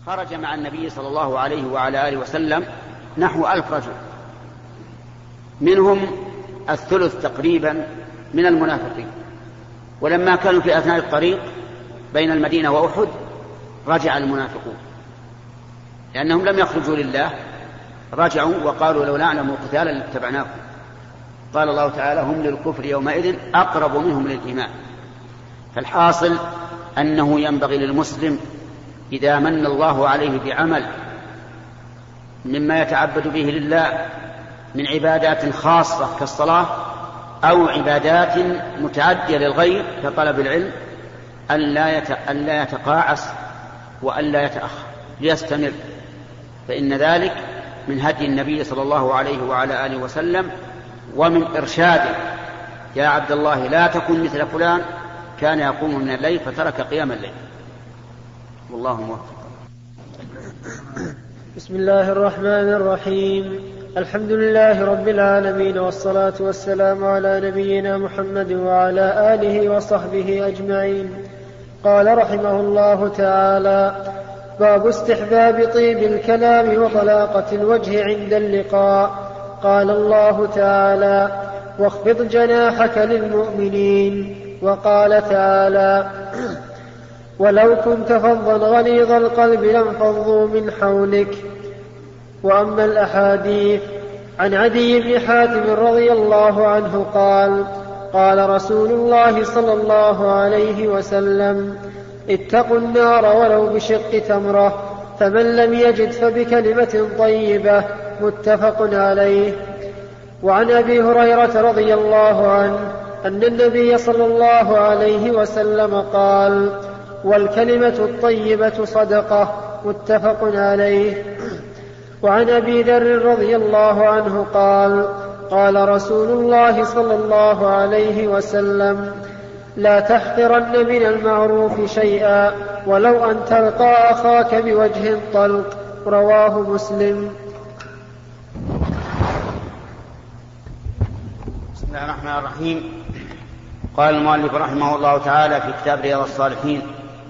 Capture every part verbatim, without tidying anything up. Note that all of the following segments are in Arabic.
خرج مع النبي صلى الله عليه وعلى آله وسلم نحو ألف رجل، منهم الثلث تقريبا من المنافقين. ولما كانوا في أثناء الطريق بين المدينة وأحد رجع المنافقون، لأنهم لم يخرجوا لله، رجعوا وقالوا لو نعلم قتالا لاتبعناكم. قال الله تعالى هم للكفر يومئذ أقرب منهم للإيمان. فالحاصل أنه ينبغي للمسلم إذا من الله عليه بعمل مما يتعبد به لله من عبادات خاصة كالصلاة أو عبادات متعدية للغير كطلب العلم أن لا يتقاعس وأن لا يتأخر، ليستمر، فإن ذلك من هدي النبي صلى الله عليه وعلى آله وسلم ومن إرشاده: يا عبد الله لا تكن مثل فلان كان يقوم من الليل فترك قيام الليل. والله موفق. بسم الله الرحمن الرحيم. الحمد لله رب العالمين، والصلاة والسلام على نبينا محمد وعلى آله وصحبه أجمعين. قال رحمه الله تعالى: باب استحباب طيب الكلام وطلاقة الوجه عند اللقاء. قال الله تعالى: واخفض جناحك للمؤمنين. وقال تعالى: ولو كنت فظا غليظ القلب لانفضوا من حولك. وأما الأحاديث: عن عدي بن حاتم رضي الله عنه قال: قال رسول الله صلى الله عليه وسلم: اتقوا النار ولو بشق تمرة، فمن لم يجد فبكلمة طيبة. متفق عليه. وعن أبي هريرة رضي الله عنه أن النبي صلى الله عليه وسلم قال: والكلمة الطيبة صدقة. متفق عليه. وعن أبي ذر رضي الله عنه قال: قال رسول الله صلى الله عليه وسلم: لا تحقرن من المعروف شيئا ولو أن تلقى أخاك بوجه طلق. رواه مسلم. بسم الله الرحمن الرحيم. قال المؤلف رحمه الله تعالى في كتاب رياض الصالحين: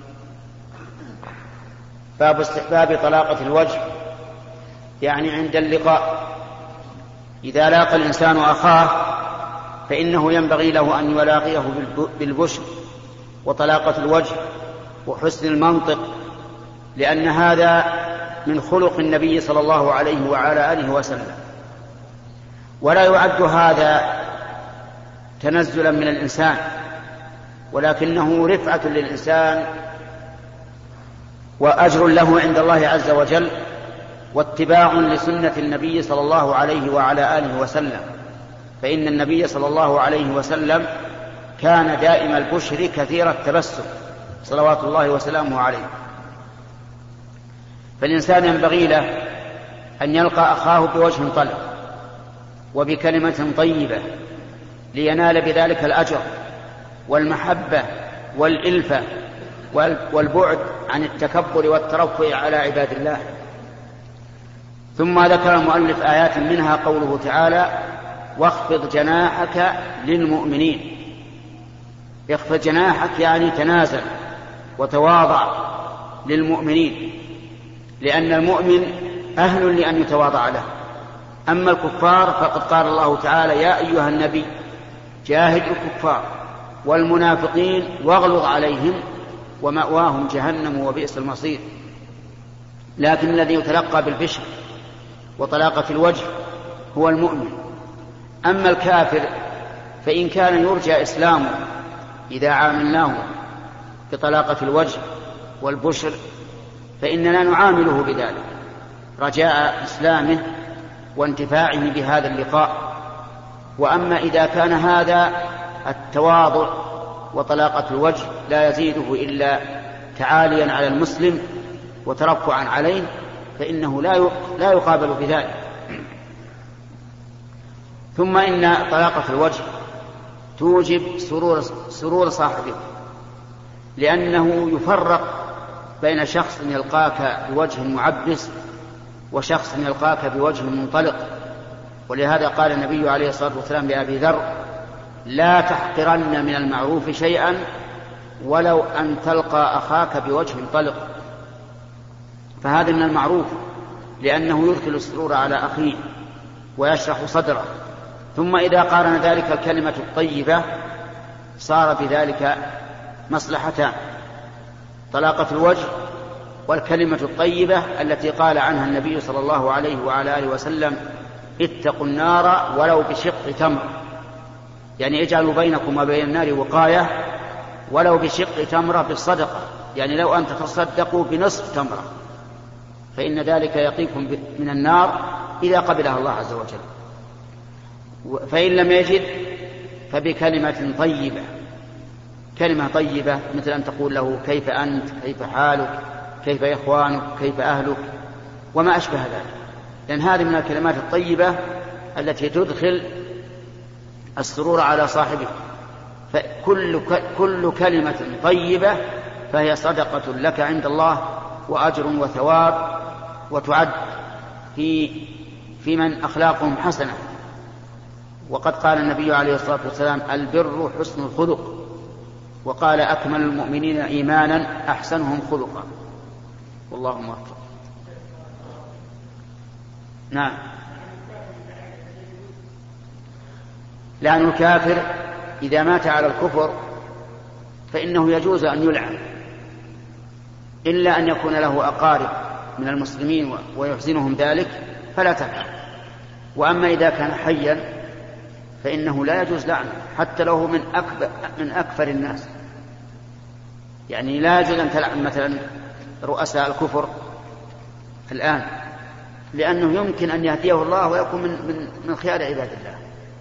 باب استحباب طلاقة الوجه، يعني عند اللقاء. إذا لاقى الإنسان أخاه فإنه ينبغي له أن يلاقيه بالبشر وطلاقة الوجه وحسن المنطق، لأن هذا من خلق النبي صلى الله عليه وعلى آله وسلم. ولا يعد هذا تنزلا من الإنسان، ولكنه رفعة للإنسان وأجر له عند الله عز وجل، واتباع لسنة النبي صلى الله عليه وعلى آله وسلم. فإن النبي صلى الله عليه وسلم كان دائم البشر كثير التبسم صلوات الله وسلامه عليه. فالإنسان ينبغي له أن يلقى أخاه بوجه طلق وبكلمة طيبة لينال بذلك الأجر والمحبة والإلفة والبعد عن التكبر والترفع على عباد الله. ثم ذكر المؤلف آيات منها قوله تعالى: واخفض جناحك للمؤمنين. اخفض جناحك يعني تنازل وتواضع للمؤمنين، لأن المؤمن أهل لأن يتواضع له. أما الكفار فقد قال الله تعالى: يا أيها النبي جاهد الكفار والمنافقين واغلظ عليهم ومأواهم جهنم وبئس المصير. لكن الذي يتلقى بالبشر وطلاقة الوجه هو المؤمن. أما الكافر فإن كان يرجى إسلامه إذا عاملناه بطلاقة الوجه والبشر فإننا نعامله بذلك رجاء إسلامه وانتفاعه بهذا اللقاء. وأما إذا كان هذا التواضع وطلاقة الوجه لا يزيده إلا تعاليا على المسلم وترفعا عليه فإنه لا يقابل بذلك. ثم إن طلاقة الوجه توجب سرور, سرور صاحبه، لأنه يفرق بين شخص يلقاك بوجه معبس وشخص يلقاك بوجه منطلق. ولهذا قال النبي عليه الصلاة والسلام لأبي ذر: لا تحقرن من المعروف شيئا ولو أن تلقى أخاك بوجه طلق. فهذا من المعروف، لأنه يدخل السرور على أخيه ويشرح صدره. ثم إذا قارن ذلك الكلمة الطيبة صار بذلك مصلحتان: طلاقة الوجه، والكلمة الطيبة التي قال عنها النبي صلى الله عليه وعلى آله وسلم: اتقوا النار ولو بشق تمر، يعني اجعلوا بينكم وبين النار وقاية ولو بشق تمرة بالصدقة، يعني لو أن تتصدقوا بنصف تمرة فإن ذلك يقيكم من النار إذا قبلها الله عز وجل. فإن لم يجد فبكلمة طيبة، كلمة طيبة مثل أن تقول له: كيف أنت، كيف حالك، كيف إخوانك، كيف أهلك، وما أشبه ذلك، لأن هذه من الكلمات الطيبة التي تدخل السرور على صاحبه. فكل كل كلمة طيبة فهي صدقة لك عند الله وأجر وثواب، وتعد في في من أخلاقهم حسنة. وقد قال النبي عليه الصلاة والسلام: البر حسن الخلق، وقال: أكمل المؤمنين إيمانا أحسنهم خلقا. والله موفق. نعم. لعن الكافر إذا مات على الكفر فإنه يجوز أن يلعن، إلا أن يكون له أقارب من المسلمين ويحزنهم ذلك فلا تفعل. وأما إذا كان حيا فإنه لا يجوز لعنه حتى لو من أكبر من أكفر الناس. يعني لا يجوز أن تلعن مثلا رؤساء الكفر الآن، لأنه يمكن أن يهديه الله ويكون من, من, من خيار عباد الله.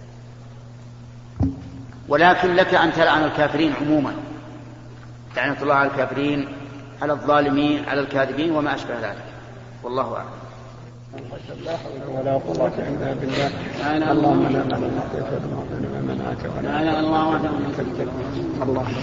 ولكن لك أن تلعن الكافرين عموما، لعنة الله على الكافرين، على الظالمين، على الكاذبين، وما أشبه ذلك. والله أعلم. ولا قوة إلا بالله. اللهم لا مانع لما أعطيت ولا منعك ولا إله إلا الله. اللهم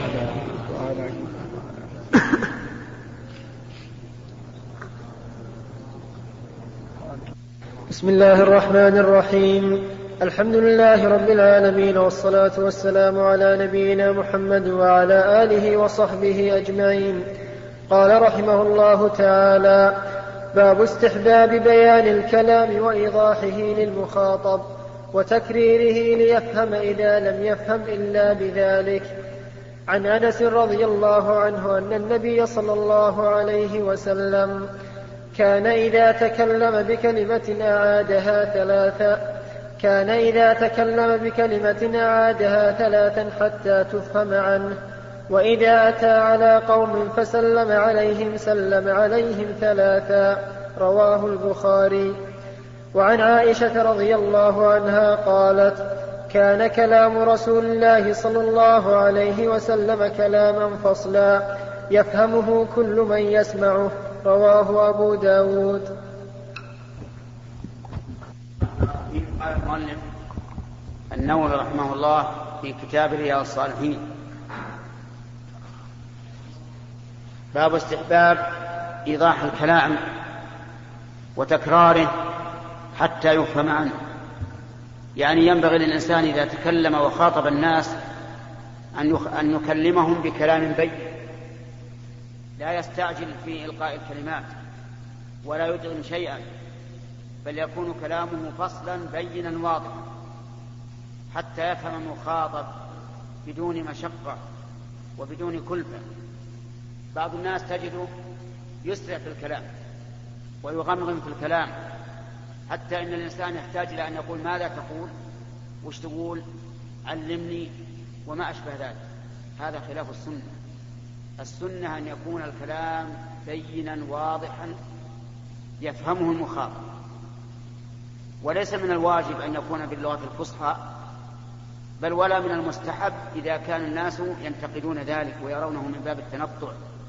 بسم الله الرحمن الرحيم. الحمد لله رب العالمين، والصلاة والسلام على نبينا محمد وعلى آله وصحبه أجمعين. قال رحمه الله تعالى: باب استحباب بيان الكلام وإيضاحه للمخاطب وتكريره ليفهم إذا لم يفهم إلا بذلك. عن أنس رضي الله عنه أن النبي صلى الله عليه وسلم كان إذا تكلم بكلمة أعادها ثلاثا كان إذا تكلم بكلمة أعادها ثلاثا حتى تفهم عنه، وإذا أتى على قوم فسلم عليهم سلم عليهم ثلاثا. رواه البخاري. وعن عائشة رضي الله عنها قالت: كان كلام رسول الله صلى الله عليه وسلم كلاما فصلا يفهمه كل من يسمعه. رواه أبو داود. قال المؤلف النووي رحمه الله في كتاب رياض الصالحين: باب استحباب إيضاح الكلام وتكراره حتى يفهم عنه. يعني ينبغي للإنسان إذا تكلم وخاطب الناس أن يكلمهم بكلام بين، لا يستعجل في إلقاء الكلمات ولا يدغم شيئا، بل يكون كلامه فصلا بينا واضحا حتى يفهم المخاطب بدون مشقة وبدون كلفة. بعض الناس تجده يسرع في الكلام ويغمغم في الكلام حتى إن الإنسان يحتاج إلى أن يقول: ماذا تقول؟ وش تقول؟ علمني، وما أشبه ذلك. هذا خلاف السنة. السنة أن يكون الكلام بينا واضحا يفهمه المخاطب، وليس من الواجب أن يكون باللغة الفصحى، بل ولا من المستحب إذا كان الناس ينتقدون ذلك ويرونه من باب التنطع.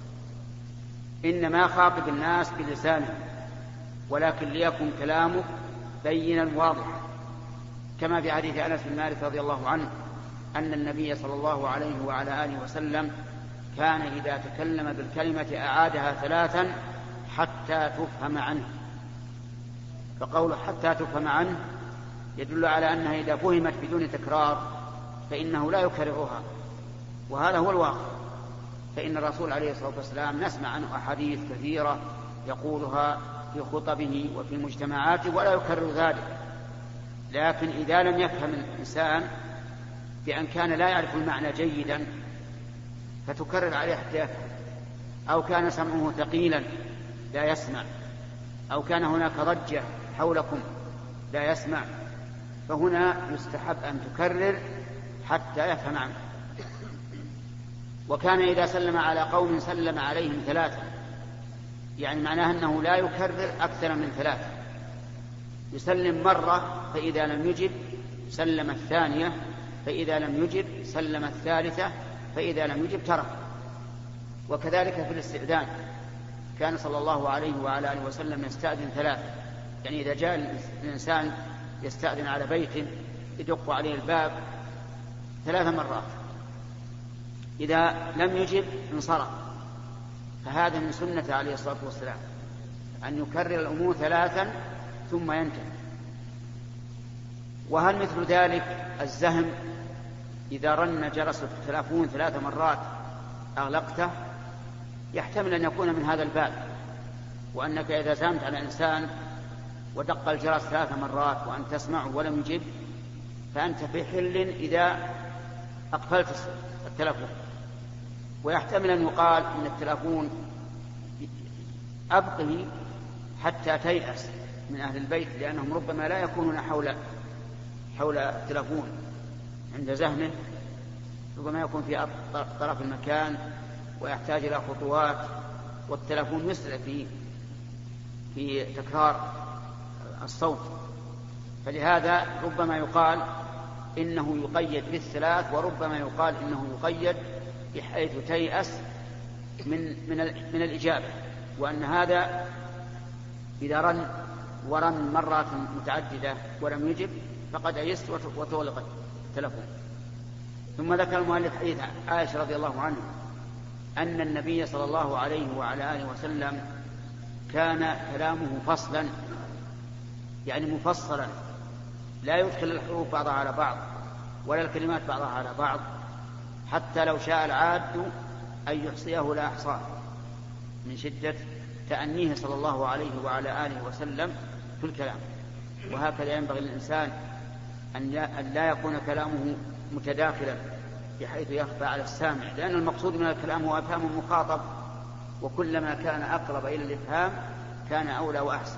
إنما خاطب الناس بلسانه، ولكن ليكن كلامه بينا واضحا، كما في حديث أنس بن مالك رضي الله عنه أن النبي صلى الله عليه وعلى آله وسلم كان إذا تكلم بالكلمة أعادها ثلاثا حتى تفهم عنه. فقوله حتى تفهم عنه يدل على أنها إذا فهمت بدون تكرار فإنه لا يكررها، وهذا هو الواقع. فإن الرسول عليه الصلاة والسلام نسمع عنه أحاديث كثيرة يقولها في خطبه وفي مجتمعاته ولا يكرر ذلك. لكن إذا لم يفهم الإنسان بأن كان لا يعرف المعنى جيدا فتكرر عليه حتى يفهم، أو كان سمعه ثقيلا لا يسمع، أو كان هناك ضجة حولكم لا يسمع، فهنا يستحب أن تكرر حتى يفهم عنه. وكان إذا سلم على قوم سلم عليهم ثلاثة، يعني معناه أنه لا يكرر أكثر من ثلاثة، يسلم مرة فإذا لم يجب سلم الثانية، فإذا لم يجب سلم الثالثة، فإذا لم يجب ترك. وكذلك في الاستئذان كان صلى الله عليه وعلى آله وسلم يستأذن ثلاثة، يعني إذا جاء الإنسان يستأذن على بيت يدق عليه الباب ثلاث مرات، إذا لم يجب انصرف. فهذا من سنة عليه الصلاة والسلام أن يكرر الأمور ثلاثا ثم ينتهي. وهل مثل ذلك الزهم إذا رن جرس التلفون ثلاث مرات أغلقته؟ يحتمل أن يكون من هذا الباب، وأنك إذا زهمت على إنسان ودق الجرس ثلاث مرات وأن تسمعه ولم يجب فأنت في حل إذا أقفلت التلفون. ويحتمل أن يقال إن التلفون أبقه حتى تيأس من أهل البيت، لأنهم ربما لا يكونون حول حول التلفون عند زهمه، ربما يكون في طرف المكان ويحتاج إلى خطوات، والتلفون يسرع في في تكرار الصوت، فلهذا ربما يقال إنه يقيد بالثلاث، وربما يقال إنه يقيد بحيث تيأس من من من الإجابة، وأن هذا إذا رن ورن مرات متعددة ولم يجب فقد أيست وتغلق التلفون. ثم ذكر المؤلف حديث عائشة رضي الله عنه أن النبي صلى الله عليه وعلى آله وسلم كان كلامه فصلا، يعني مفصلا، لا يدخل الحروف بعضها على بعض ولا الكلمات بعضها على بعض، حتى لو شاء العاد أن يحصيه لا أحصاه من شدة تأنيه صلى الله عليه وعلى آله وسلم في الكلام. وهكذا ينبغي للإنسان أن لا يكون كلامه متداخلا بحيث يخفى على السامع، لأن المقصود من الكلام هو أفهام المخاطب، وكلما كان أقرب إلى الإفهام كان أولى وأحسن.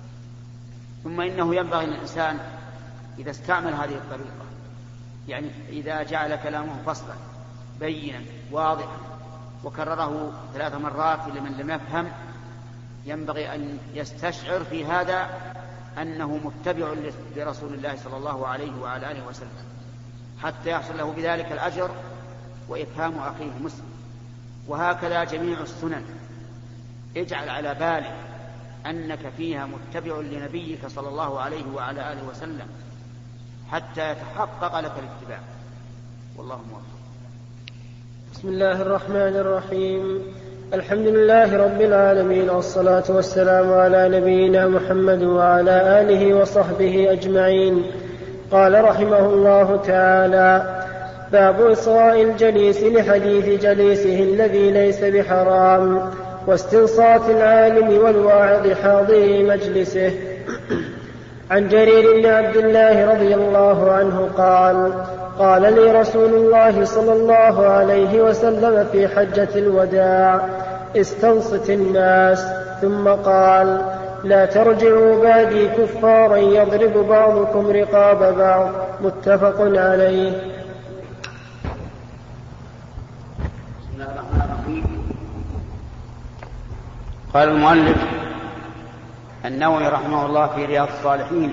ثم إنه ينبغي للإنسان إذا استعمل هذه الطريقة، يعني إذا جعل كلامه فصلا بينا واضحا وكرره ثلاث مرات لمن لم يفهم، ينبغي أن يستشعر في هذا أنه متبع لرسول الله صلى الله عليه وعلى آله وسلم، حتى يحصل له بذلك الأجر وإفهام أخيه مسلم. وهكذا جميع السنن اجعل على بالك أنك فيها متبع لنبيك صلى الله عليه وعلى آله وسلم حتى يتحقق لك الاتباع، والله موفق. بسم الله الرحمن الرحيم. الحمد لله رب العالمين، والصلاة والسلام على نبينا محمد وعلى آله وصحبه أجمعين. قال رحمه الله تعالى: باب إصغاء الجليس لحديث جليسه الذي ليس بحرام، واستنصات العالم والواعظ حاضر مجلسه. عن جرير بن عبد الله رضي الله عنه قال: قال لي رسول الله صلى الله عليه وسلم في حجة الوداع: استنصت الناس. ثم قال: لا ترجعوا بعدي كفارا يضرب بعضكم رقاب بعض. متفق عليه. بسم الله الرحمن الرحيم. قال المؤلف النووي رحمه الله في رياض الصالحين: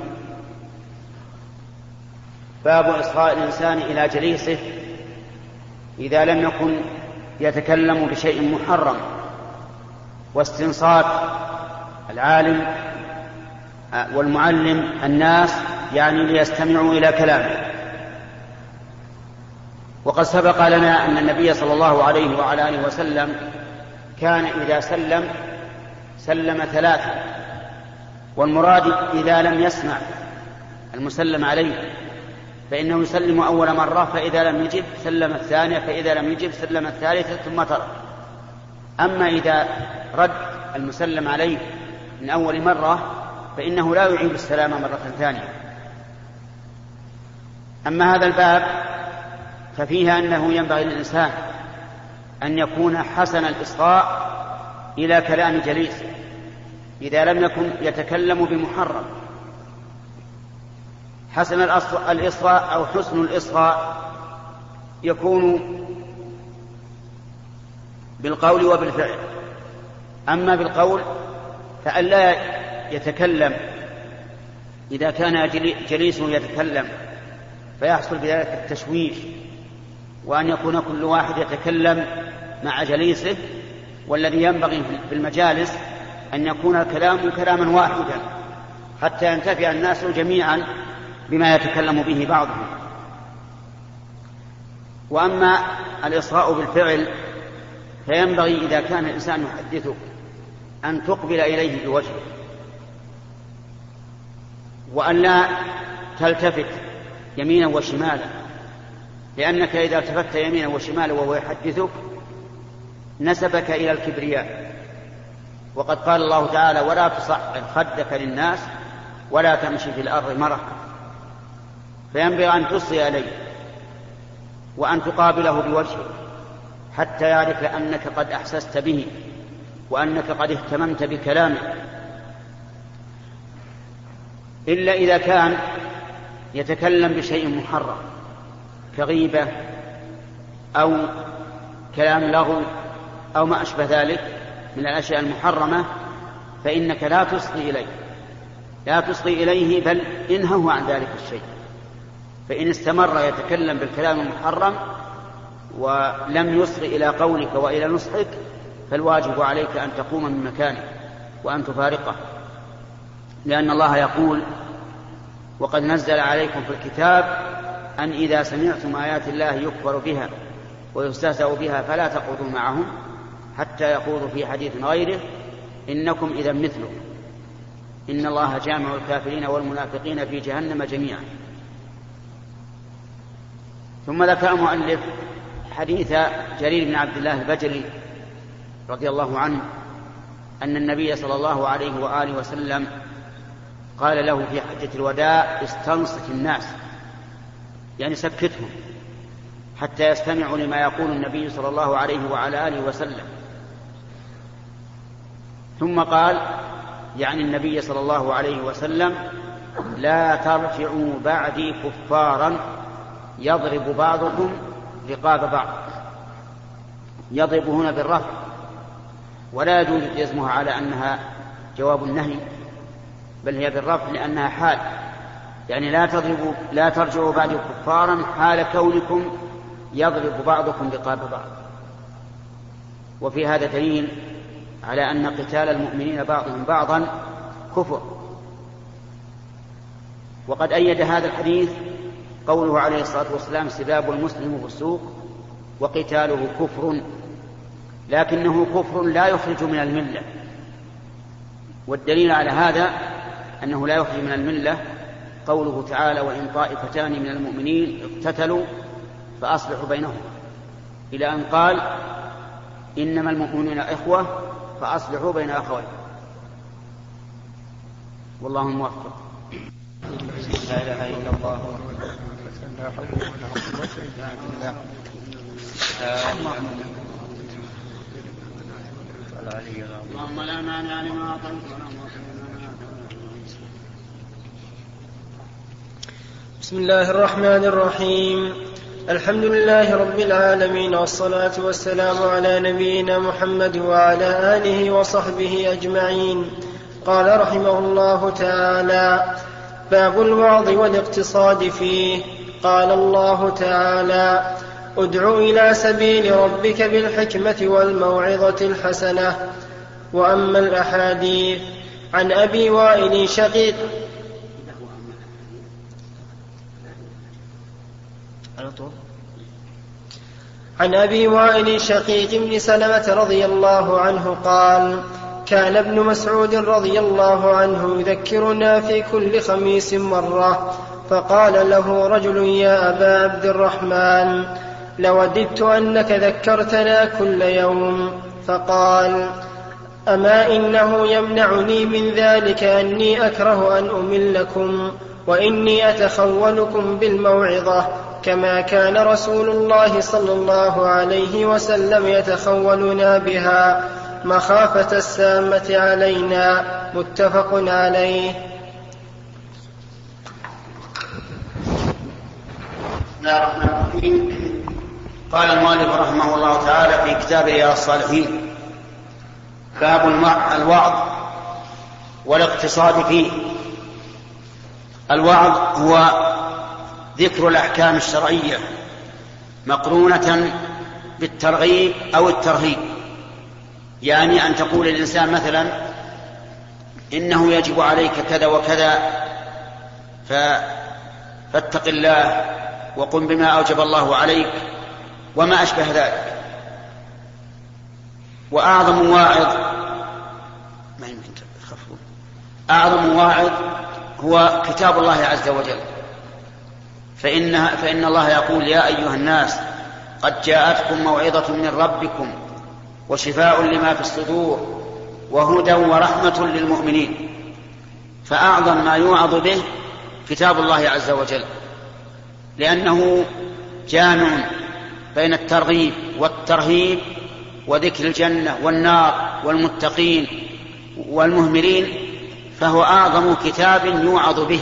باب إصغاء الإنسان إلى جليسه إذا لم يكن يتكلم بشيء محرم، واستنصات العالم والمعلم الناس يعني ليستمعوا إلى كلامه. وقد سبق لنا أن النبي صلى الله عليه وعلى آله وسلم كان إذا سلم سلم ثلاثة، والمراد إذا لم يسمع المسلم عليه فإنه يسلم أول مرة، فإذا لم يجب سلم الثانية، فإذا لم يجب سلم الثالثة ثم ترك. أما إذا رد المسلم عليه من أول مرة فإنه لا يعيد السلام مرة ثانية. أما هذا الباب ففيها أنه ينبغي للإنسان أن يكون حسن الإصغاء إلى كلام جليسه إذا لم يكن يتكلم بمحرم. حسن الإصغاء أو حسن الإصغاء يكون بالقول وبالفعل. أما بالقول فألا يتكلم إذا كان جليسه يتكلم فيحصل بذلك التشويش، وأن يكون كل واحد يتكلم مع جليسه، والذي ينبغي في المجالس أن يكون الكلام كلاما واحدا حتى ينتفع الناس جميعا بما يتكلم به بعضهم. وأما الإصغاء بالفعل فينبغي إذا كان الإنسان يحدثك أن تقبل إليه بوجهه، وأن لا تلتفت يمينا وشمالا، لأنك إذا التفت يمينا وشمالا وهو يحدثك نسبك إلى الكبرياء. وقد قال الله تعالى: ولا تصعر خدك للناس ولا تمشي في الأرض مرحا. فينبغي أن تصغي إليه وأن تقابله بوجهه حتى يعرف أنك قد أحسست به وأنك قد اهتممت بكلامه، إلا إذا كان يتكلم بشيء محرم كغيبة أو كلام لغو أو ما أشبه ذلك من الأشياء المحرمة، فإنك لا تصغي إليه لا تصغي إليه بل انهه عن ذلك الشيء. فإن استمر يتكلم بالكلام المحرم ولم يصغي إلى قولك وإلى نصحك فالواجب عليك أن تقوم من مكانك وأن تفارقه، لأن الله يقول: وقد نزل عليكم في الكتاب أن إذا سمعتم آيات الله يكفر بها ويستهزأ بها فلا تقعدوا معهم حتى يخوضوا في حديث غيره إنكم إذا مثله إن الله جامع الكافرين والمنافقين في جهنم جميعا. ثم ذكر المؤلف حديث جرير بن عبد الله البجلي رضي الله عنه أن النبي صلى الله عليه وآله وسلم قال له في حجة الوداع: استنصت الناس، يعني سكتهم حتى يستمعوا لما يقول النبي صلى الله عليه وعلى آله وسلم. ثم قال، يعني النبي صلى الله عليه وسلم: لا ترجعوا بعدي كفارا يضرب بعضكم رقاب بعض. يضرب هنا بالرفع ولا يجوز جزمها على أنها جواب النهي، بل هي بالرفع لأنها حال، يعني لا تضربوا لا ترجعوا بعدي كفارا حال كونكم يضرب بعضكم رقاب بعض. وفي هذا دليل على أن قتال المؤمنين بعضهم بعضا كفر. وقد أيد هذا الحديث قوله عليه الصلاة والسلام: سباب المسلم فسوق وقتاله كفر، لكنه كفر لا يخرج من الملة. والدليل على هذا أنه لا يخرج من الملة قوله تعالى: وإن طائفتان من المؤمنين اقتتلوا فأصلحوا بينهم، إلى أن قال: إنما المؤمنون إخوة فأصلحوا بين أخوين. والله الموفق. لا إله إلا الله لا حول ولا قوة إلا بالله. اللهم لا مانع لما أعطيت ولا معطي لما منعت. بسم الله الرحمن الرحيم. الحمد لله رب العالمين، والصلاة والسلام على نبينا محمد وعلى آله وصحبه أجمعين. قال رحمه الله تعالى: باب الوعظ والاقتصاد فيه. قال الله تعالى: ادع إلى سبيل ربك بالحكمة والموعظة الحسنة. وأما الأحاديث عن أبي وائل شقيق عن أبي وائل شقيق بن سلمة رضي الله عنه قال: كان ابن مسعود رضي الله عنه يذكرنا في كل خميس مرة، فقال له رجل: يا أبا عبد الرحمن، لوددت أنك ذكرتنا كل يوم. فقال: أما إنه يمنعني من ذلك أني أكره أن أملكم وإني أتخولكم بالموعظة كما كان رسول الله صلى الله عليه وسلم يتخولنا بها مخافة السامة علينا. متفق عليه. بسم الله الرحمن الرحيم. قال المؤلف رحمه الله تعالى في كتابه رياض الصالحين: باب الوعظ والاقتصاد فيه. الوعظ هو ذكر الأحكام الشرعية مقرونة بالترغيب أو الترهيب، يعني أن تقول الإنسان مثلا إنه يجب عليك كذا وكذا فاتق الله وقم بما أوجب الله عليك وما أشبه ذلك. وأعظم واعظ ما يمكن تخفون أعظم واعظ هو كتاب الله عز وجل، فإن, فإن الله يقول: يا أيها الناس قد جاءتكم موعظة من ربكم وشفاء لما في الصدور وهدى ورحمة للمؤمنين. فأعظم ما يوعظ به كتاب الله عز وجل، لأنه جامع بين الترغيب والترهيب وذكر الجنة والنار والمتقين والمهملين، فهو أعظم كتاب يوعظ به.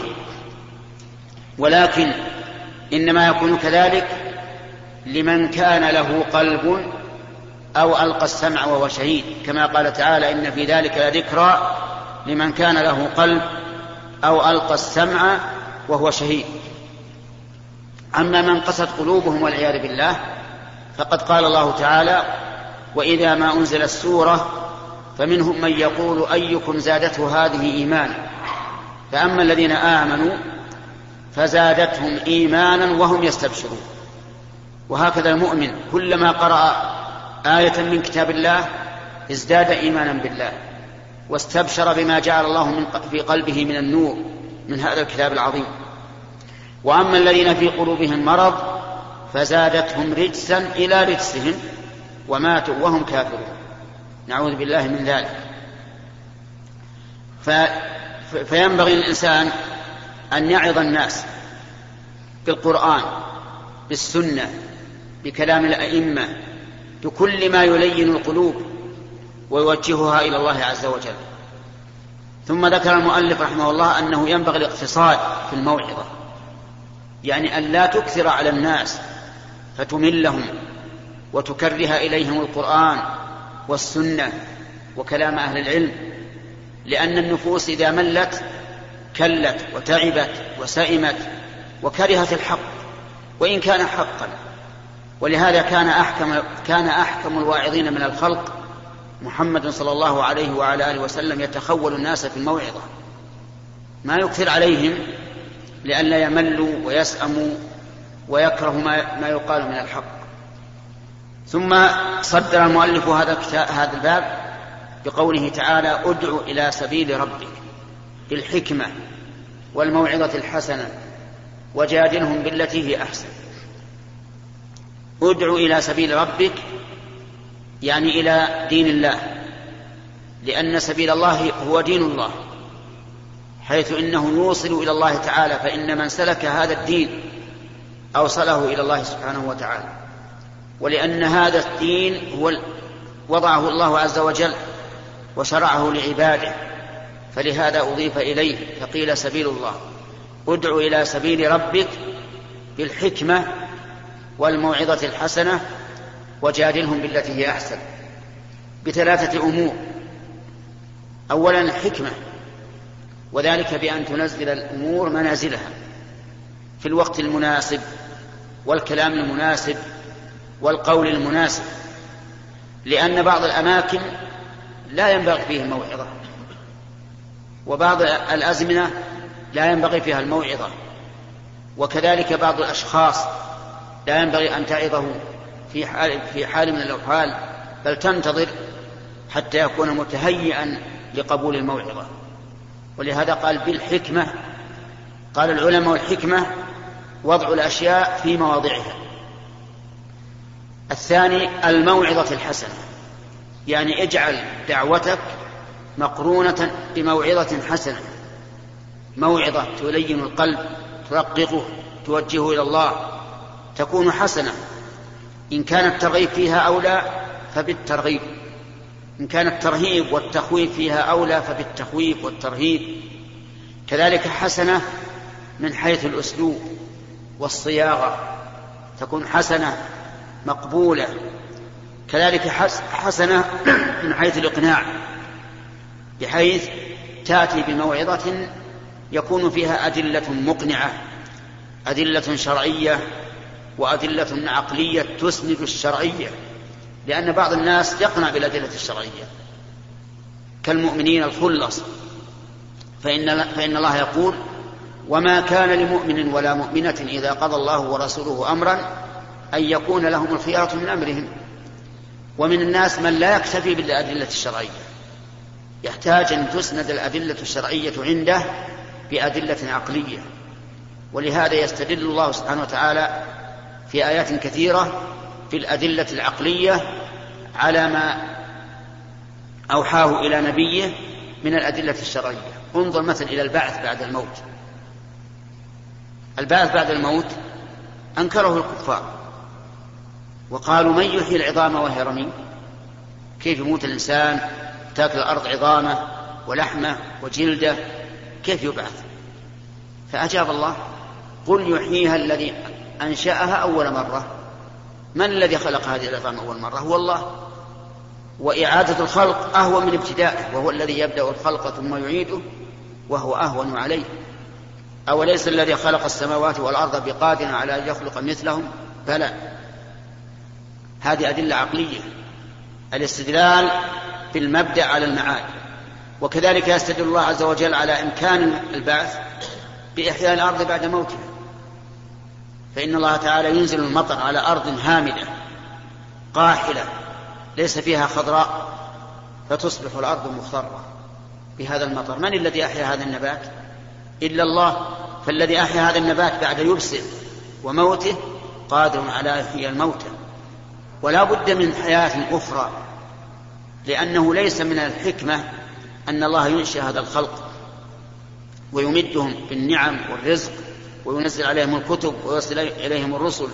ولكن إنما يكون كذلك لمن كان له قلب أو ألقى السمع وهو شهيد، كما قال تعالى: إن في ذلك لذكرى لمن كان له قلب أو ألقى السمع وهو شهيد. أما من قست قلوبهم والعياذ بالله فقد قال الله تعالى: وإذا ما أنزلت سورة فمنهم من يقول أيكم زادته هذه إيمانا، فأما الذين آمنوا فزادتهم إيمانا وهم يستبشرون. وهكذا المؤمن كلما قرأ آية من كتاب الله ازداد إيمانا بالله واستبشر بما جعل الله في قلبه من النور من هذا الكتاب العظيم. وأما الذين في قلوبهم مرض فزادتهم رجسا إلى رجسهم وماتوا وهم كافرون، نعوذ بالله من ذلك. فينبغي للإنسان أن يعظ الناس بالقرآن بالسنة بكلام الأئمة بكل ما يلين القلوب ويوجهها إلى الله عز وجل. ثم ذكر المؤلف رحمه الله أنه ينبغي الاقتصاد في الموعظة، يعني أن لا تكثر على الناس فتملهم وتكره إليهم القرآن والسنة وكلام أهل العلم، لأن النفوس إذا ملت كلت وتعبت وسئمت وكرهت الحق وإن كان حقا. ولهذا كان أحكم, كان أحكم الواعظين من الخلق محمد صلى الله عليه وعلى آله وسلم يتخول الناس في الموعظة، ما يكثر عليهم لئلا يملوا ويسأموا ويكرهوا ما يقال من الحق. ثم صدر المؤلف هذا هذا الباب بقوله تعالى: ادع إلى سبيل ربك بالحكمة والموعظة الحسنة وجادلهم بالتي هي أحسن. ادع إلى سبيل ربك يعني إلى دين الله، لأن سبيل الله هو دين الله، حيث إنه يوصل إلى الله تعالى، فإن من سلك هذا الدين أوصله إلى الله سبحانه وتعالى. ولأن هذا الدين هو وضعه الله عز وجل وشرعه لعباده، فلهذا أضيف إليه فقيل سبيل الله. ادع إلى سبيل ربك بالحكمة والموعظة الحسنة وجادلهم بالتي هي أحسن، بثلاثة أمور. أولا الحكمة، وذلك بأن تنزل الأمور منازلها في الوقت المناسب والكلام المناسب والقول المناسب، لأن بعض الأماكن لا ينبغي فيها الموعظة، وبعض الأزمنة لا ينبغي فيها الموعظة، وكذلك بعض الأشخاص لا ينبغي أن تعظه في حال, في حال من الأحوال، بل تنتظر حتى يكون متهيئا لقبول الموعظة. ولهذا قال بالحكمة. قال العلماء الحكمة وضع الأشياء في مواضعها. الثاني الموعظة الحسنة، يعني اجعل دعوتك مقرونة بموعظة حسنة، موعظة تلين القلب، ترققه، توجهه إلى الله، تكون حسنة. إن كان الترغيب فيها أولى فبالترغيب، إن كان الترهيب والتخويف فيها أولى فبالتخويف والترهيب. كذلك حسنة من حيث الأسلوب والصياغة، تكون حسنة مقبولة. كذلك حسنة من حيث الإقناع، بحيث تأتي بموعظة يكون فيها أدلة مقنعة، أدلة شرعية وأدلة عقلية تسند الشرعية، لأن بعض الناس يقنع بالأدلة الشرعية كالمؤمنين الخلص، فإن, فإن الله يقول: وما كان لمؤمن ولا مؤمنة إذا قضى الله ورسوله أمرا أن يكون لهم الخيارة من أمرهم. ومن الناس من لا يكتفي بالأدلة الشرعية، يحتاج أن تسند الأدلة الشرعية عنده بأدلة عقلية. ولهذا يستدل الله سبحانه وتعالى في آيات كثيرة في الأدلة العقلية على ما أوحاه إلى نبيه من الأدلة الشرعية. انظر مثلا إلى البعث بعد الموت. البعث بعد الموت أنكره الكفار وقالوا: من يحيي العظام وهي رميم؟ كيف يموت الإنسان تأكل الأرض عظامه ولحمه وجلده، كيف يبعث؟ فأجاب الله: قل يحييها الذي أنشأها أول مرة. من الذي خلق هذه العظام أول مرة؟ هو الله. وإعادة الخلق أهون من ابتدائه، وهو الذي يبدأ الخلق ثم يعيده وهو أهون عليه. أوليس الذي خلق السماوات والأرض بقادر على أن يخلق مثلهم؟ بلى. هذه أدلة عقلية، الاستدلال بالمبدأ على المعاد. وكذلك يستدل الله عز وجل على إمكان البعث بإحياء الأرض بعد موتها، فإن الله تعالى ينزل المطر على أرض هامدة قاحلة ليس فيها خضراء فتصبح الأرض مخضرة بهذا المطر. من الذي أحيا هذا النبات؟ إلا الله. فالذي أحيا هذا النبات بعد يبسه وموته قادر على إحياء الموتى. ولا بد من حياة أخرى، لأنه ليس من الحكمة أن الله ينشئ هذا الخلق ويمدهم بالنعم والرزق وينزل عليهم الكتب ويرسل إليهم الرسل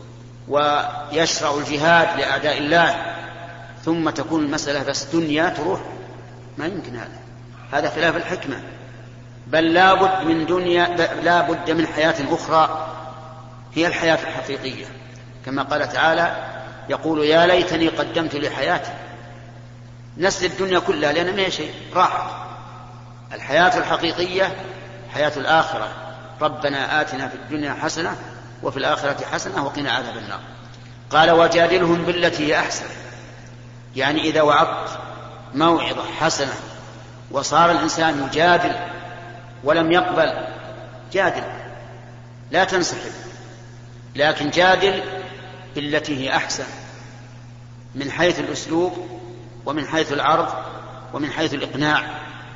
ويشرع الجهاد لأعداء الله، ثم تكون المسألة بس دنيا تروح. ما يمكن هذا، هذا خلاف الحكمة. بل لا بد من دنيا، لا بد من حياة أخرى هي الحياة الحقيقية، كما قال تعالى: يقول: يا ليتني قدمت لحياتي. نسل الدنيا كلها لأن ما هي شيء، راحت. الحياة الحقيقية حياة الآخرة. ربنا آتنا في الدنيا حسنة وفي الآخرة حسنة وقنا عذاب النار. قال: وجادلهم بالتي هي أحسن. يعني إذا وعظت موعظة حسنة وصار الإنسان يجادل ولم يقبل، جادل، لا تنسحب، لكن جادل بالتي هي أحسن من حيث الأسلوب ومن حيث العرض ومن حيث الإقناع.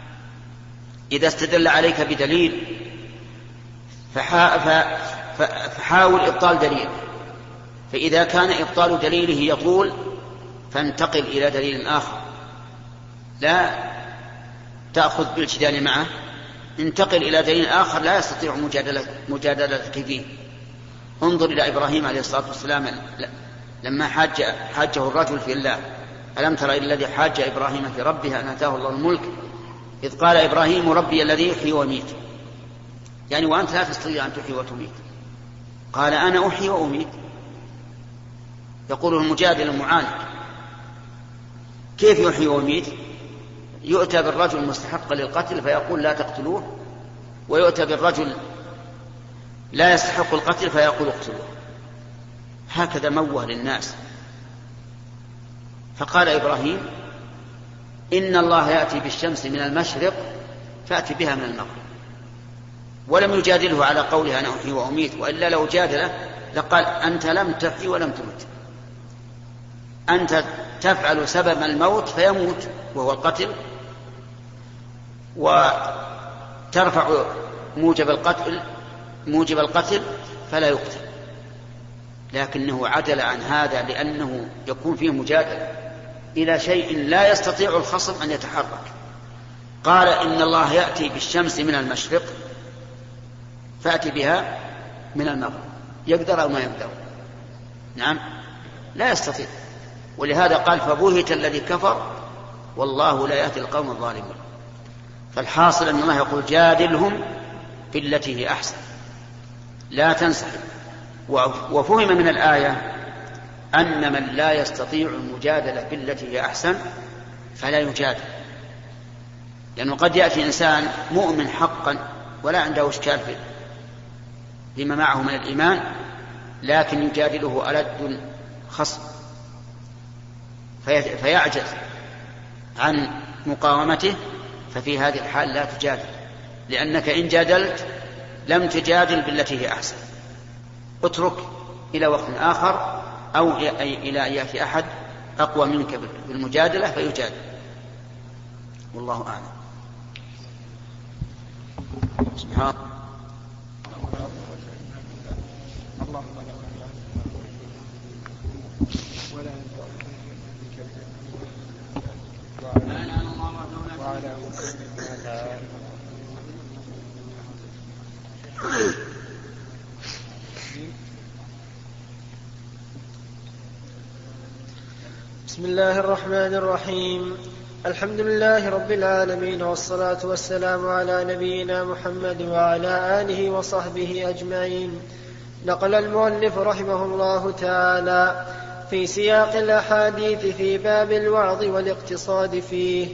إذا استدل عليك بدليل فحاول إبطال دليل، فإذا كان إبطال دليله يطول فانتقل إلى دليل آخر، لا تأخذ بالجدال معه، انتقل إلى دليل آخر لا يستطيع مجادلة مجادلتك فيه. انظر إلى إبراهيم عليه الصلاة والسلام لما حاج حاجه الرجل في الله: ألم تر إلى الذي حاج إبراهيم في ربه أن آتاه الله الملك إذ قال إبراهيم: ربي الذي يحيي ويميت. يعني وأنت لا تستطيع أن تحيي وتميت. قال: أنا أحيي وأميت. يقول المجادل المعاند: كيف يحيي ويميت؟ يؤتى بالرجل المستحق للقتل فيقول: لا تقتلوه، ويؤتى بالرجل لا يستحق القتل فيقول: اقتلوه. هكذا موه للناس. فقال إبراهيم: إن الله يأتي بالشمس من المشرق فأتي بها من المغرب. ولم يجادله على قوله أنا أحيي وأميت، وإلا لو جادله لقال: أنت لم تحيي ولم تمت، أنت تفعل سبب الموت فيموت وهو القتل، وترفع موجب القتل موجب القتل فلا يقتل. لكنه عدل عن هذا لأنه يكون فيه مجادلة إلى شيء لا يستطيع الخصم أن يتحرك. قال إن الله يأتي بالشمس من المشرق فأتي بها من المغرب، يقدر أو ما يقدر؟ نعم لا يستطيع. ولهذا قال فبهت الذي كفر والله لا يهدي القوم الظالمين. فالحاصل أن الله يقول جادلهم بالتي هي أحسن لا تنسحب. وفهم من الآية أن من لا يستطيع المجادلة بالتي هي أحسن فلا يجادل، لأنه قد يأتي إنسان مؤمن حقا ولا عنده إشكال بما معه من الإيمان، لكن يجادله ألد خصم فيعجز عن مقاومته، ففي هذه الحال لا تجادل، لأنك إن جادلت لم تجادل بالتي هي أحسن. اترك إلى وقت آخر أو إلى أن يأتي أحد أقوى منك بالمجادلة فيجادل. والله أعلم. سبحان الله. بسم الله الرحمن الرحيم. الحمد لله رب العالمين، والصلاة والسلام على نبينا محمد وعلى آله وصحبه أجمعين. نقل المؤلف رحمه الله تعالى في سياق الأحاديث في باب الوعظ والاقتصاد فيه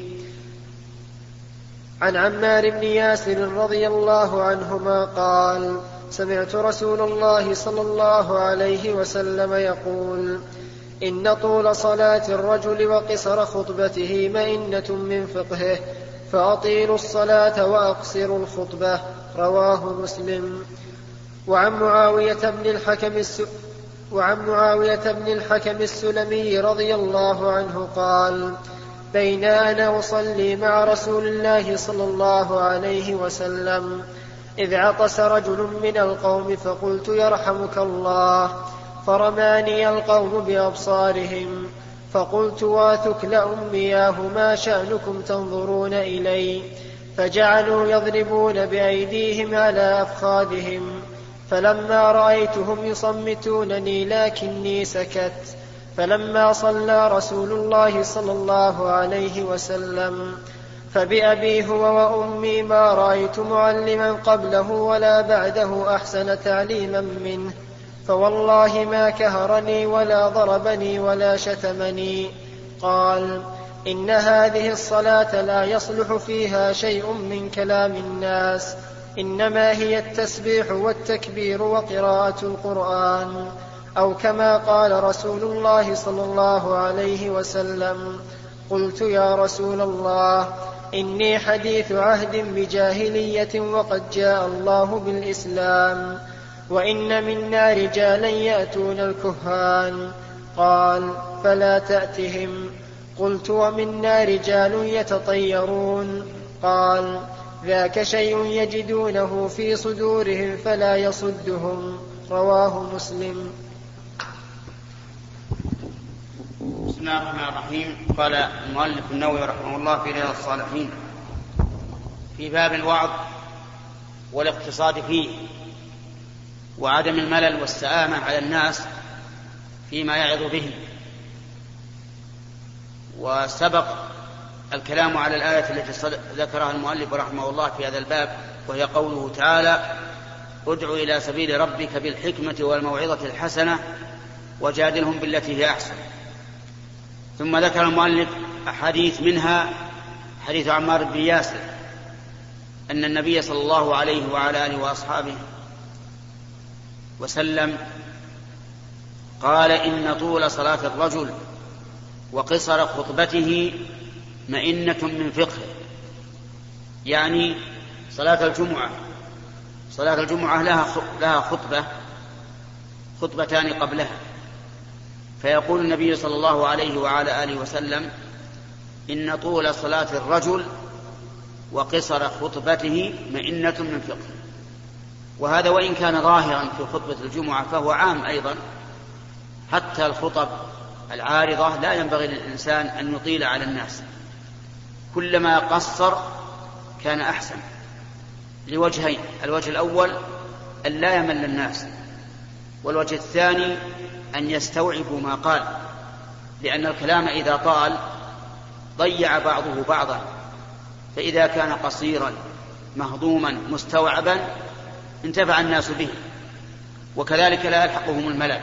عن عمار بن ياسر رضي الله عنهما قال: سمعت رسول الله صلى الله عليه وسلم يقول: إن طول صلاة الرجل وقصر خطبته مئنة من فقهه، فأطيلوا الصلاة وأقصروا الخطبة. رواه مسلم. وعن معاوية بن الحكم الس... وعن معاوية بن الحكم السلمي رضي الله عنه قال: بين أنا أصلي مع رسول الله صلى الله عليه وسلم إذ عطس رجل من القوم فقلت: يرحمك الله، فرماني القوم بأبصارهم، فقلت: واثكل أمياه ما شأنكم تنظرون إلي؟ فجعلوا يضربون بأيديهم على أفخاذهم، فلما رأيتهم يصمتونني لكني سكت. فلما صلى رسول الله صلى الله عليه وسلم فبأبي هو وأمي ما رأيت معلما قبله ولا بعده أحسن تعليما منه، فوالله ما كهرني ولا ضربني ولا شتمني. قال: إن هذه الصلاة لا يصلح فيها شيء من كلام الناس، إنما هي التسبيح والتكبير وقراءة القرآن، أو كما قال رسول الله صلى الله عليه وسلم. قلت: يا رسول الله، إني حديث عهد بجاهلية وقد جاء الله بالإسلام، وإن منا رجالا يأتون الكهان. قال: فلا تأتهم. قلت: ومنا رجال يتطيرون. قال: ذاك شيء يجدونه في صدورهم فلا يصدهم. رواه مسلم. بسم الله الرحمن الرحيم. قال المؤلف النووي رحمه الله في رياض الصالحين في باب الوعظ والاقتصاد فيه وعدم الملل والسآمة على الناس فيما يعظ به. وسبق الكلام على الآية التي ذكرها المؤلف رحمه الله في هذا الباب، وهي قوله تعالى: ادع إلى سبيل ربك بالحكمة والموعظة الحسنة وجادلهم بالتي هي أحسن. ثم ذكر المؤلف أحاديث، منها حديث عمار بن ياسر أن النبي صلى الله عليه وعلى آله وأصحابه وسلم قال: إن طول صلاة الرجل وقصر خطبته مئنة من فقهه، يعني صلاة الجمعة صلاة الجمعة لها خطبة خطبتان قبلها، فيقول النبي صلى الله عليه وعلى آله وسلم: إن طول صلاة الرجل وقصر خطبته مئنة من فقهه. وهذا وإن كان ظاهرا في خطبة الجمعة فهو عام أيضا، حتى الخطب العارضة لا ينبغي للإنسان أن يطيل على الناس، كلما قصر كان أحسن لوجهين: الوجه الأول أن لا يمل الناس، والوجه الثاني أن يستوعبوا ما قال، لأن الكلام إذا طال ضيع بعضه بعضا، فإذا كان قصيرا مهضوما مستوعبا انتفع الناس به، وكذلك لا يلحقهم الملل.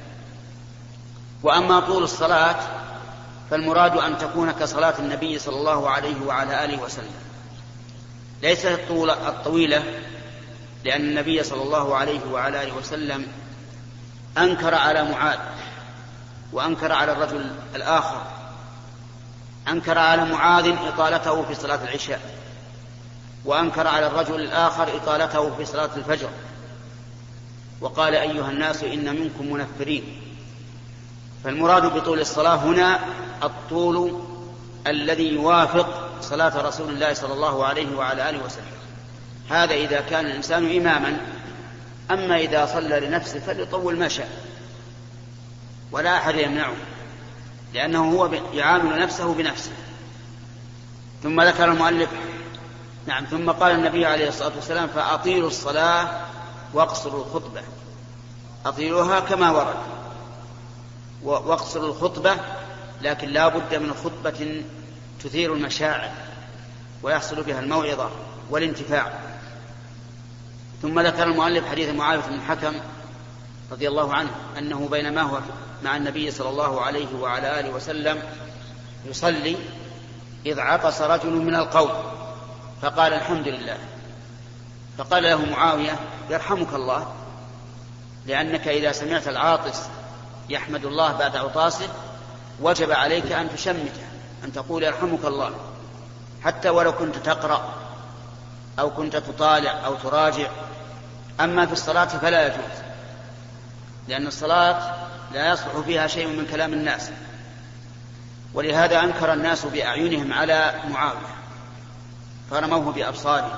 وأما طول الصلاة فالمراد أن تكون كصلاة النبي صلى الله عليه وعلى آله وسلم، ليست الطويلة، لأن النبي صلى الله عليه وعلى آله وسلم أنكر على معاذ وأنكر على الرجل الآخر، أنكر على معاذ إطالته في صلاة العشاء، وأنكر على الرجل الآخر إطالته في صلاة الفجر، وقال: أيها الناس إن منكم منفرين. فالمراد بطول الصلاة هنا الطول الذي يوافق صلاة رسول الله صلى الله عليه وعلى آله وسلم. هذا إذا كان الإنسان إماما، أما إذا صلى لنفسه فليطول ما شاء ولا أحد يمنعه، لأنه هو يعامل نفسه بنفسه. ثم ذكر المؤلف نعم ثم قال النبي عليه الصلاة والسلام: فأطيلوا الصلاة واقصروا الخطبة. أطيلوها كما ورد، واقصروا الخطبة، لكن لا بد من خطبة تثير المشاعر ويحصل بها الموعظة والانتفاع. ثم ذكر المؤلف حديث معاوية بن الحكم رضي الله عنه أنه بينما هو مع النبي صلى الله عليه وعلى آله وسلم يصلي إذ عطس رجل من القوم فقال: الحمد لله. فقال له معاوية: يرحمك الله، لأنك إذا سمعت العاطس يحمد الله بعد عطاسه وجب عليك أن تشمته، أن تقول: يرحمك الله، حتى ولو كنت تقرأ أو كنت تطالع أو تراجع. أما في الصلاة فلا يجوز، لأن الصلاة لا يصلح فيها شيء من كلام الناس. ولهذا أنكر الناس بأعينهم على معاوية فرموه بأبصارهم،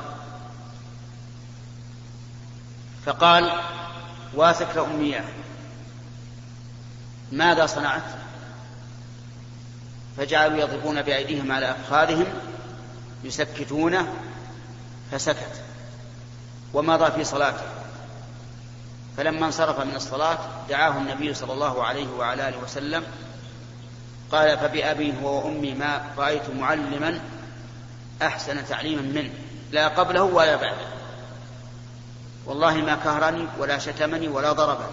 فقال: واثك أمياه، ماذا صنعت؟ فجعلوا يضربون بأيديهم على أفخاذهم يسكتونه، فسكت ومضى في صلاته. فلما انصرف من الصلاة دعاه النبي صلى الله عليه وعلى آله وسلم، قال: فبأبي هو وأمي ما رأيت معلما أحسن تعليما منه، لا قبله ولا بعده، والله ما كهرني ولا شتمني ولا ضربني،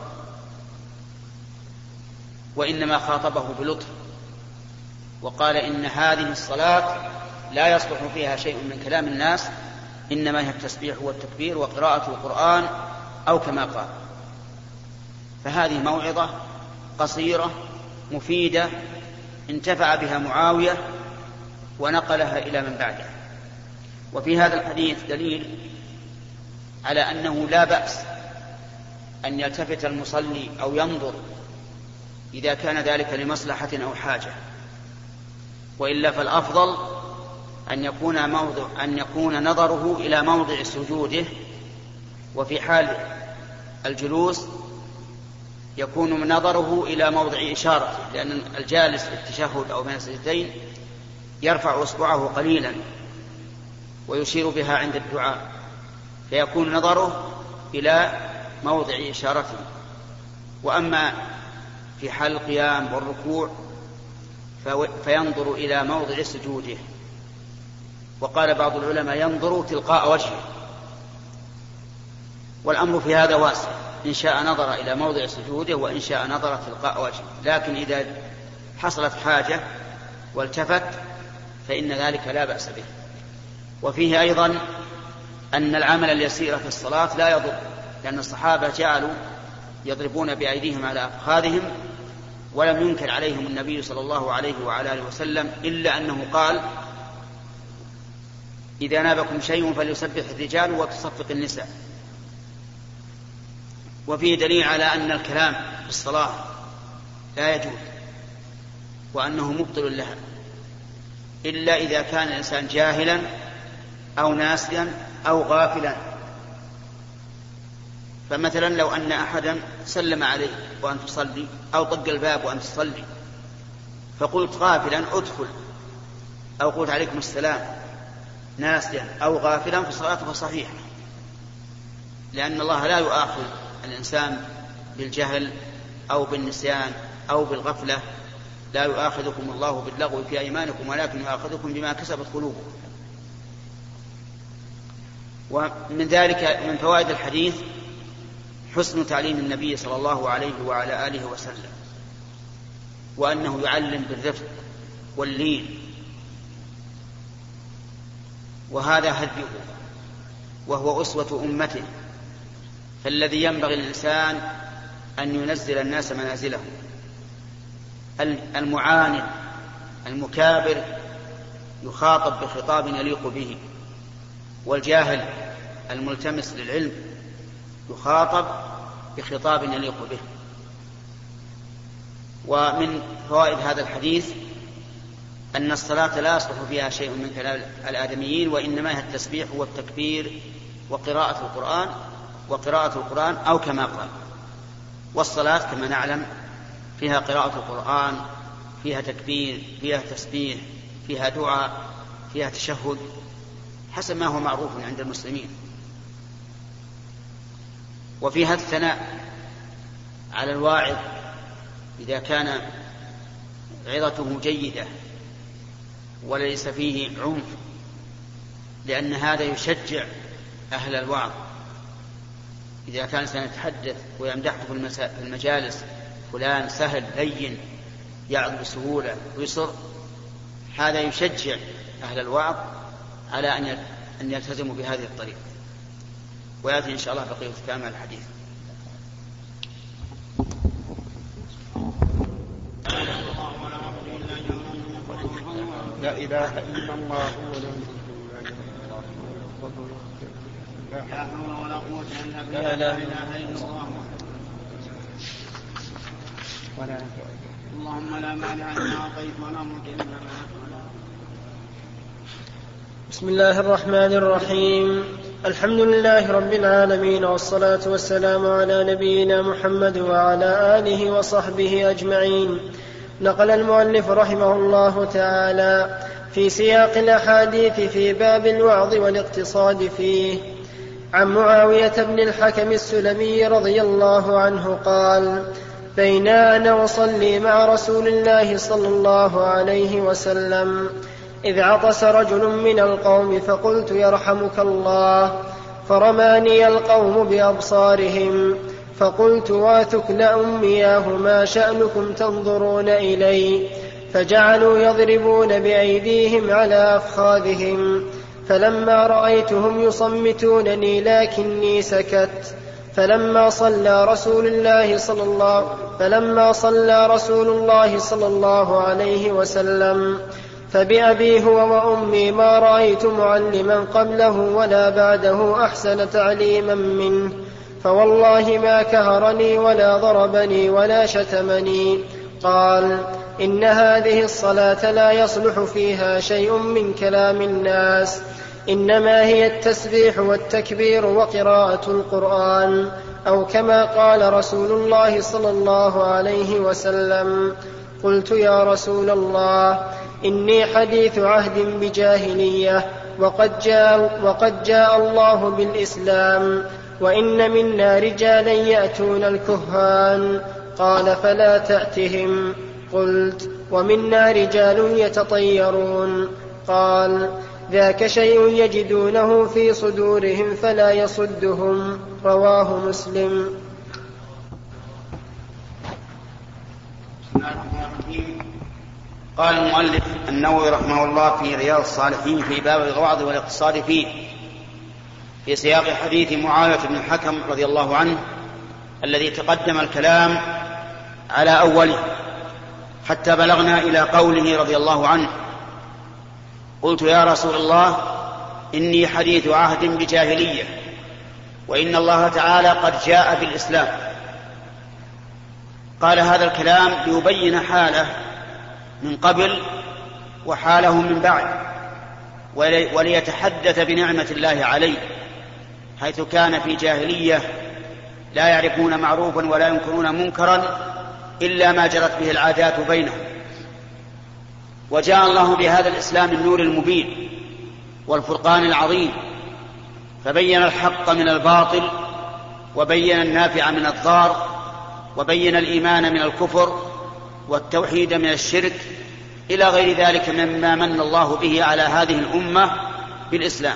وإنما خاطبه بلطف وقال: إن هذه الصلاة لا يصلح فيها شيء من كلام الناس، إنما هي التسبيح والتكبير وقراءة القرآن أو كما قال. فهذه موعظة قصيرة مفيدة انتفع بها معاوية ونقلها إلى من بعده. وفي هذا الحديث دليل على أنه لا بأس أن يلتفت المصلي أو ينظر إذا كان ذلك لمصلحة أو حاجة، وإلا فالأفضل أن يكون, موضع أن يكون نظره إلى موضع سجوده، وفي حال الجلوس يكون نظره إلى موضع إشارته، لأن الجالس في التشهد أو بين السجدتين يرفع أصبعه قليلا ويشير بها عند الدعاء، فيكون نظره إلى موضع إشارته. وأما في حال القيام والركوع فينظر إلى موضع سجوده. وقال بعض العلماء: ينظر تلقاء وجهه. والأمر في هذا واسع، إن شاء نظر إلى موضع سجوده وإن شاء نظر تلقاء وجهه، لكن إذا حصلت حاجة والتفت فإن ذلك لا بأس به. وفيه أيضا أن العمل اليسير في الصلاة لا يضر، لأن الصحابة جعلوا يضربون بأيديهم على أفخاذهم ولم ينكر عليهم النبي صلى الله عليه وعلى آله وسلم، إلا أنه قال: إذا نابكم شيء فليسبح الرجال وتصفق النساء. وفيه دليل على أن الكلام في الصلاة لا يجوز وأنه مبطل لها، إلا إذا كان الإنسان جاهلا أو ناسيا أو غافلا. فمثلا لو أن أحدا سلم عليك وأنت تصلي أو طق الباب وأنت تصلي فقلت غافلا: أدخل، أو قلت عليكم السلام، ناسيا أو غافلا فصلاته صحيحة، لأن الله لا يؤاخذ الإنسان بالجهل أو بالنسيان أو بالغفلة، لا يؤاخذكم الله باللغو في أيمانكم ولكن يؤاخذكم بما كسبت قلوبكم. ومن ذلك من فوائد الحديث حسن تعليم النبي صلى الله عليه وعلى آله وسلم، وأنه يعلم بالرفق واللين، وهذا هديه وهو أسوة أمته، فالذي ينبغي الإنسان أن ينزل الناس منازلهم. المعاند المكابر يخاطب بخطاب يليق به، والجاهل الملتمس للعلم يخاطب بخطاب يليق به. ومن فوائد هذا الحديث أن الصلاة لا يصلح فيها شيء من كلام الآدميين، وإنما هي التسبيح والتكبير وقراءة القرآن وقراءة القرآن أو كما قال. والصلاة كما نعلم فيها قراءة القرآن، فيها تكبير، فيها تسبيح، فيها دعاء، فيها تشهد، حسب ما هو معروف عند المسلمين. وفيها الثناء على الواعظ إذا كان عظته جيدة وليس فيه عنف، لأن هذا يشجع أهل الوعظ. إذا كان سنتحدث ويمدحه في المجالس فلان سهل لين يعظ بسهولة ويسر، هذا يشجع أهل الوعظ على أن يلتزموا بهذه الطريقة. ويأتي إن شاء الله بقية كلام الحديث. لا إله إلا الله لا حول ولا قوة إلا بالله. لا إله إلا الله اللهم لا مانع لما أعطيت ولا معطي لما منعت. بسم الله الرحمن الرحيم. الحمد لله رب العالمين، والصلاة والسلام على نبينا محمد وعلى آله وصحبه أجمعين. نقل المؤلف رحمه الله تعالى في سياق الأحاديث في باب الوعظ والاقتصاد فيه عن معاوية بن الحكم السلمي رضي الله عنه قال: بينا أنا أصلي مع رسول الله صلى الله عليه وسلم إذ عطس رجل من القوم فقلت: يرحمك الله، فرماني القوم بأبصارهم، فقلت: واثكل أمياه ما شأنكم تنظرون إلي؟ فجعلوا يضربون بأيديهم على أفخاذهم، فلما رأيتهم يصمتونني لكني سكت. فلما صلى رسول الله صلى الله فلما صلى رسول الله صلى الله عليه وسلم فبأبي هو وأمي ما رأيت معلما قبله ولا بعده أحسن تعليما منه، فوالله ما كهرني ولا ضربني ولا شتمني. قال: إن هذه الصلاة لا يصلح فيها شيء من كلام الناس، إنما هي التسبيح والتكبير وقراءة القرآن، أو كما قال رسول الله صلى الله عليه وسلم. قلت: يا رسول الله، إني حديث عهد بجاهلية، وقد جاء, وقد جاء الله بالإسلام، وإن منا رجالا يأتون الكهان. قال: فلا تأتهم. قلت: ومنا رجال يتطيرون. قال: ذاك شيء يجدونه في صدورهم فلا يصدهم. رواه مسلم. قال المؤلف النووي رحمه الله في رياض الصالحين في باب الوعظ والاقتصاد فيه في سياق حديث معاوية بن الحكم رضي الله عنه الذي تقدم الكلام على أوله حتى بلغنا إلى قوله رضي الله عنه: قلت: يا رسول الله، إني حديث عهد بجاهلية، وإن الله تعالى قد جاء بالإسلام. قال هذا الكلام ليبين حاله من قبل وحاله من بعد، وليتحدث بنعمة الله عليه، حيث كان في جاهلية لا يعرفون معروفا ولا ينكرون منكرا إلا ما جرت به العادات بينهم، وجاء الله بهذا الإسلام النور المبين والفرقان العظيم، فبين الحق من الباطل، وبين النافع من الضار، وبين الإيمان من الكفر، والتوحيد من الشرك، إلى غير ذلك مما من الله به على هذه الأمة بالإسلام.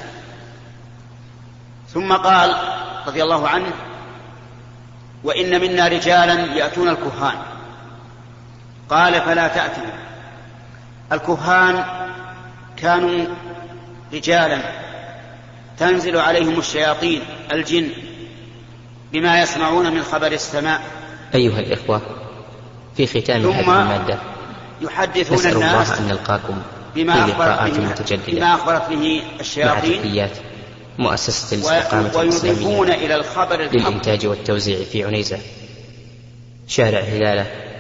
ثم قال رضي الله عنه: وإن منا رجالا يأتون الكهان. قال: فلا تأتوا. الكهان كانوا رجالا تنزل عليهم الشياطين الجن بما يسمعون من خبر السماء. أيها الإخوة، في ختام هذه المادة يحدثون نسأل الناس الله أن نلقاكم بما في لقاءات أخبرت متجددة بما أخبرت به الشياطين، مع تحيات مؤسسة الاستقامة ويضيفون الإسلامية إلى الخبر الحق للإنتاج والتوزيع في عنيزة، شارع هلالة،